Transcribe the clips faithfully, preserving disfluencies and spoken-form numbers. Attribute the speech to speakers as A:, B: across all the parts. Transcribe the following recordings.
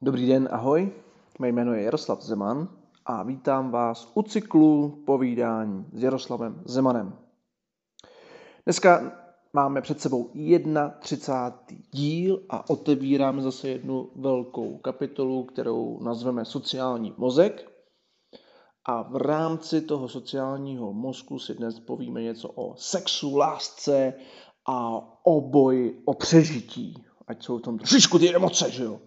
A: Dobrý den, ahoj. Mé jméno je Jaroslav Zeman a vítám vás u cyklu povídání s Jaroslavem Zemanem. Dneska máme před sebou třicátý první díl a otevíráme zase jednu velkou kapitolu, kterou nazveme sociální mozek. A v rámci toho sociálního mozku si dnes povíme něco o sexu, lásce a o boji o přežití. Ať jsou tam trošičku ty emoce, že jo?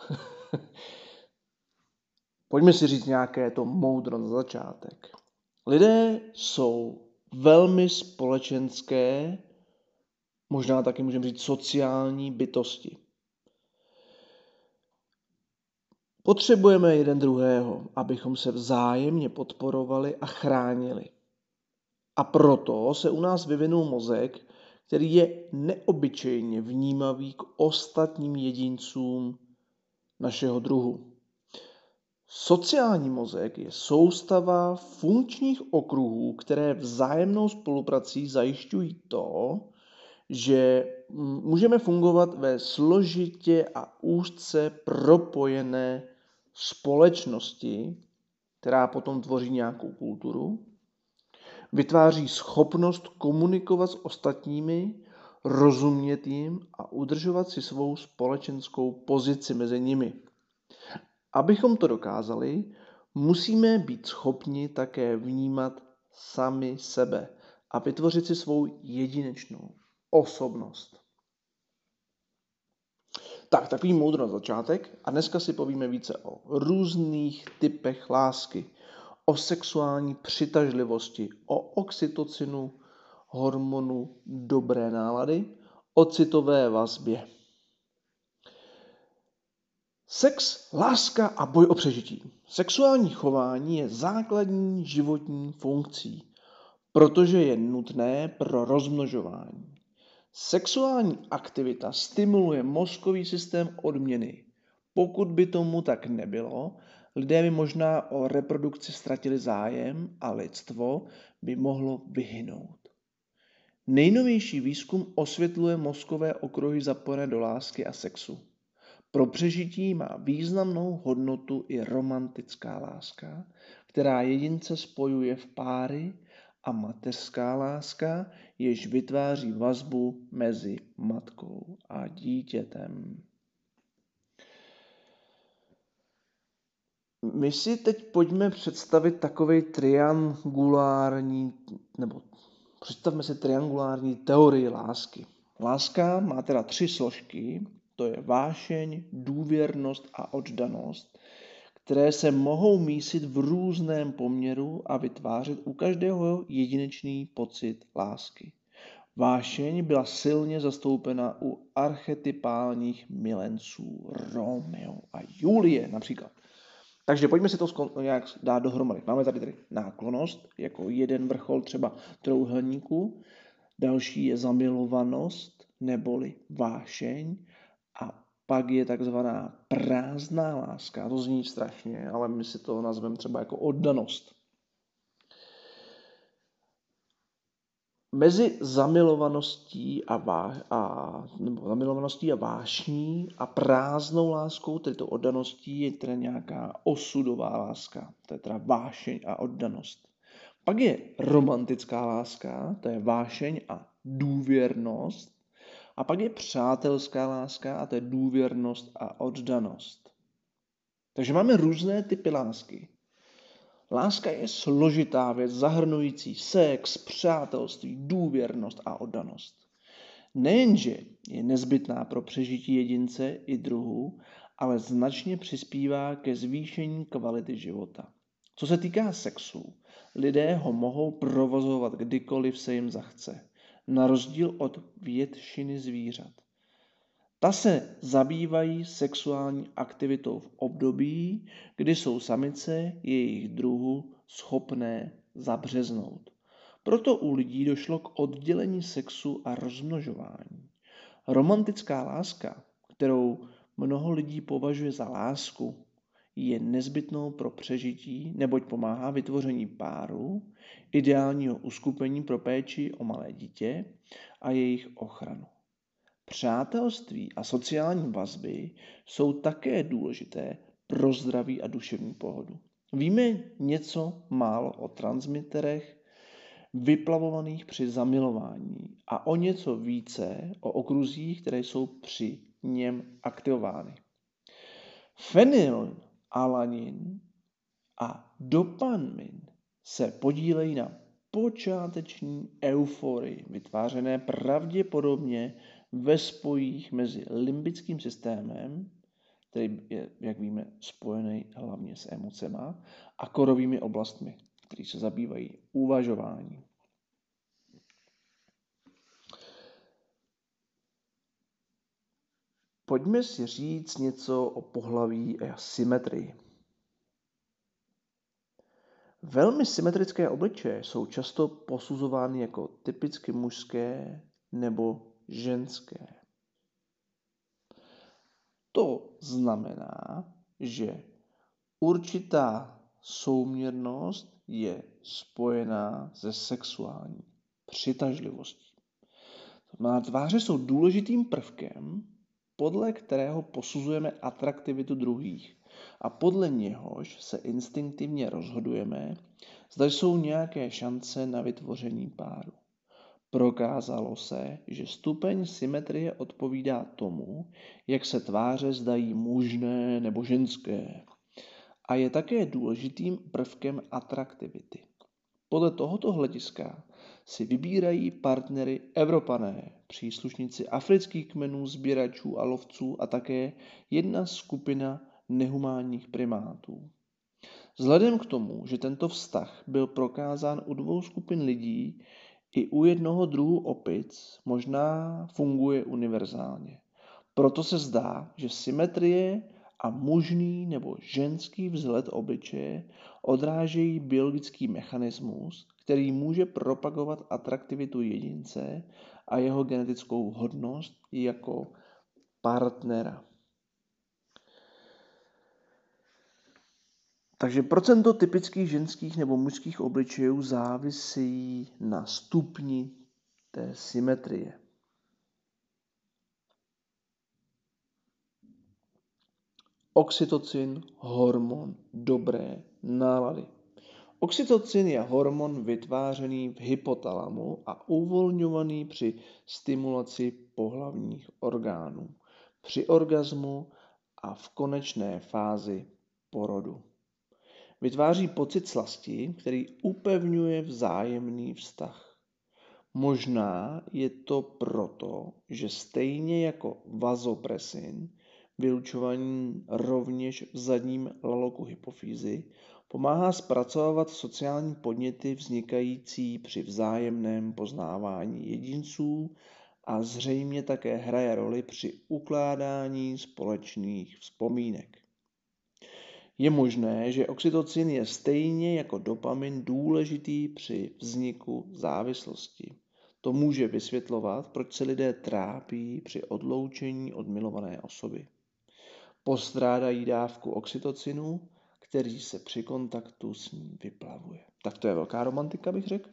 A: Pojďme si říct nějaké to moudro na začátek. Lidé jsou velmi společenské, možná taky můžeme říct sociální bytosti. Potřebujeme jeden druhého, abychom se vzájemně podporovali a chránili. A proto se u nás vyvinul mozek, který je neobyčejně vnímavý k ostatním jedincům našeho druhu. Sociální mozek je soustava funkčních okruhů, které vzájemnou spoluprací zajišťují to, že můžeme fungovat ve složitě a úzce propojené společnosti, která potom tvoří nějakou kulturu, vytváří schopnost komunikovat s ostatními, rozumět jim a udržovat si svou společenskou pozici mezi nimi. Abychom to dokázali, musíme být schopni také vnímat sami sebe a vytvořit si svou jedinečnou osobnost. Tak, takový moudro na začátek a dneska si povíme více o různých typech lásky, o sexuální přitažlivosti, o oxytocinu, hormonu dobré nálady, o citové vazbě. Sex, láska a boj o přežití. Sexuální chování je základní životní funkcí, protože je nutné pro rozmnožování. Sexuální aktivita stimuluje mozkový systém odměny. Pokud by tomu tak nebylo, lidé by možná o reprodukci ztratili zájem a lidstvo by mohlo vyhynout. Nejnovější výzkum osvětluje mozkové okruhy zapojené do lásky a sexu. Pro přežití má významnou hodnotu i romantická láska, která jedince spojuje v páry, a mateřská láska, jež vytváří vazbu mezi matkou a dítětem. My si teď pojďme představit takovej triangulární, nebo představme si triangulární teorii lásky. Láska má teda tři složky, to je vášeň, důvěrnost a oddanost, které se mohou mísit v různém poměru a vytvářet u každého jedinečný pocit lásky. Vášeň byla silně zastoupena u archetypálních milenců Romeo a Julie například. Takže pojďme si to nějak dát dohromady. Máme tady, tady náklonnost jako jeden vrchol třeba trojúhelníku, další je zamilovanost neboli vášeň a pak je takzvaná prázdná láska. To zní strašně, ale my si to nazveme třeba jako oddanost. Mezi zamilovaností a, vá, a, nebo zamilovaností a vášní a prázdnou láskou, tedy to oddaností, je teda nějaká osudová láska. To je teda vášeň a oddanost. Pak je romantická láska, to je vášeň a důvěrnost. A pak je přátelská láska a to je důvěrnost a oddanost. Takže máme různé typy lásky. Láska je složitá věc zahrnující sex, přátelství, důvěrnost a oddanost. Nejenže je nezbytná pro přežití jedince i druhu, ale značně přispívá ke zvýšení kvality života. Co se týká sexu, lidé ho mohou provozovat kdykoliv se jim zachce, na rozdíl od většiny zvířat. Ta se zabývají sexuální aktivitou v období, kdy jsou samice jejich druhu schopné zabřeznout. Proto u lidí došlo k oddělení sexu a rozmnožování. Romantická láska, kterou mnoho lidí považuje za lásku, je nezbytnou pro přežití, neboť pomáhá vytvoření páru, ideálního uskupení pro péči o malé dítě a jejich ochranu. Přátelství a sociální vazby jsou také důležité pro zdraví a duševní pohodu. Víme něco málo o transmiterech vyplavovaných při zamilování a o něco více o okruzích, které jsou při něm aktivovány. Fenylalanin a dopamin se podílejí na počáteční euforii, vytvářené pravděpodobně ve spojích mezi limbickým systémem, který je, jak víme, spojený hlavně s emocema, a korovými oblastmi, které se zabývají uvažováním. Pojďme si říct něco o pohlaví a symetrii. Velmi symetrické obličeje jsou často posuzovány jako typicky mužské nebo ženské. To znamená, že určitá souměrnost je spojená se sexuální přitažlivostí. Tváře jsou důležitým prvkem, podle kterého posuzujeme atraktivitu druhých a podle něhož se instinktivně rozhodujeme, zda jsou nějaké šance na vytvoření páru. Prokázalo se, že stupeň symetrie odpovídá tomu, jak se tváře zdají mužné nebo ženské, a je také důležitým prvkem atraktivity. Podle tohoto hlediska si vybírají partnery Evropané, příslušníci afrických kmenů, sběračů a lovců a také jedna skupina nehumánních primátů. Vzhledem k tomu, že tento vztah byl prokázán u dvou skupin lidí i u jednoho druhu opic, možná funguje univerzálně. Proto se zdá, že symetrie a mužný nebo ženský vzhled obličeje odrážejí biologický mechanismus, který může propagovat atraktivitu jedince a jeho genetickou hodnost jako partnera. Takže procento typických ženských nebo mužských obličejů závisí na stupni té symetrie. Oxytocin, hormon dobré nálady. Oxytocin je hormon vytvářený v hypotalamu a uvolňovaný při stimulaci pohlavních orgánů, při orgazmu a v konečné fázi porodu. Vytváří pocit slasti, který upevňuje vzájemný vztah. Možná je to proto, že stejně jako vazopresin, vylučovaný rovněž v zadním laloku hypofýzy, pomáhá zpracovávat sociální podněty vznikající při vzájemném poznávání jedinců a zřejmě také hraje roli při ukládání společných vzpomínek. Je možné, že oxytocin je stejně jako dopamin důležitý při vzniku závislosti. To může vysvětlovat, proč se lidé trápí při odloučení od milované osoby. Postrádají dávku oxytocinu, který se při kontaktu s ní vyplavuje. Tak to je velká romantika, bych řekl.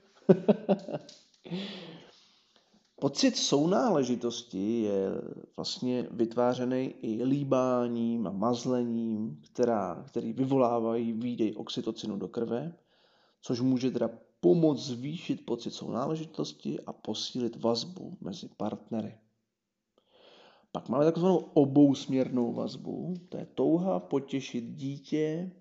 A: Pocit sounáležitosti je vlastně vytvářený i líbáním a mazlením, která, který vyvolávají výdej oxytocinu do krve, což může teda pomoct zvýšit pocit sounáležitosti a posílit vazbu mezi partnery. Pak máme takzvanou obousměrnou vazbu, to je touha potěšit dítě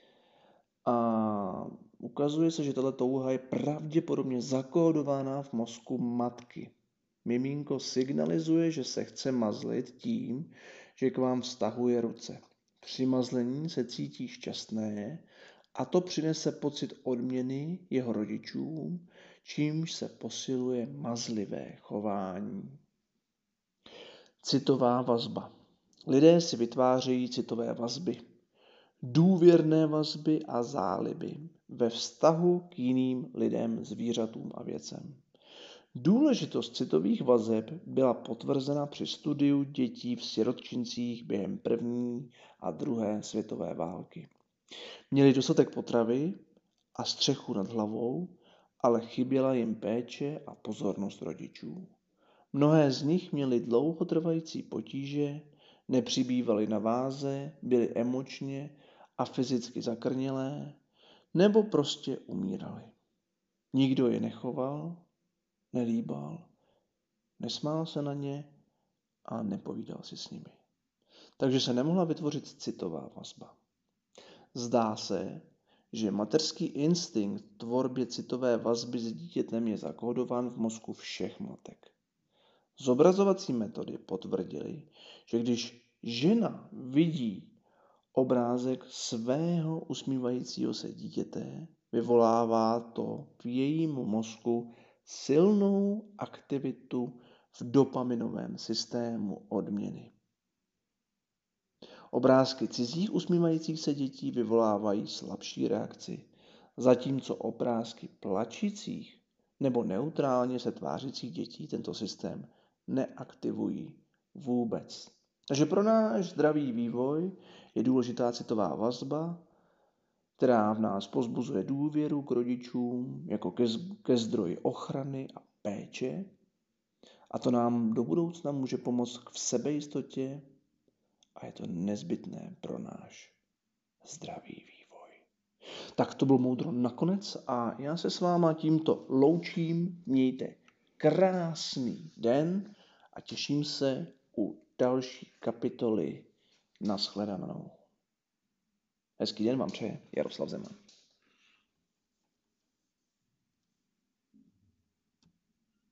A: a ukazuje se, že tato touha je pravděpodobně zakódovaná v mozku matky. Miminko signalizuje, že se chce mazlit tím, že k vám vztahuje ruce. Při mazlení se cítí šťastné a to přinese pocit odměny jeho rodičům, čímž se posiluje mazlivé chování. Citová vazba. Lidé si vytvářejí citové vazby, důvěrné vazby a záliby ve vztahu k jiným lidem, zvířatům a věcem. Důležitost citových vazeb byla potvrzena při studiu dětí v sirotčincích během první a druhé světové války. Měli dostatek potravy a střechu nad hlavou, ale chyběla jim péče a pozornost rodičů. Mnohé z nich měly dlouhotrvající potíže, nepřibývaly na váze, byly emočně a fyzicky zakrnělé, nebo prostě umírali. Nikdo je nechoval, nelíbal, nesmál se na ně a nepovídal si s nimi. Takže se nemohla vytvořit citová vazba. Zdá se, že mateřský instinkt tvorbě citové vazby s dítětem je zakódován v mozku všech matek. Zobrazovací metody potvrdily, že když žena vidí obrázek svého usmívajícího se dítěte, vyvolává to v jejím mozku silnou aktivitu v dopaminovém systému odměny. Obrázky cizích usmívajících se dětí vyvolávají slabší reakci, zatímco obrázky plačících nebo neutrálně se tvářících dětí tento systém neaktivují vůbec. Takže pro náš zdravý vývoj je důležitá citová vazba, která v nás povzbuzuje důvěru k rodičům jako ke, ke zdroji ochrany a péče. A to nám do budoucna může pomoct k sebejistotě a je to nezbytné pro náš zdravý vývoj. Tak to bylo moudro nakonec a já se s váma tímto loučím. Mějte krásný den a těším se u další kapitoly. Nashledanou. Hezký den vám přeje Jaroslav Zeman.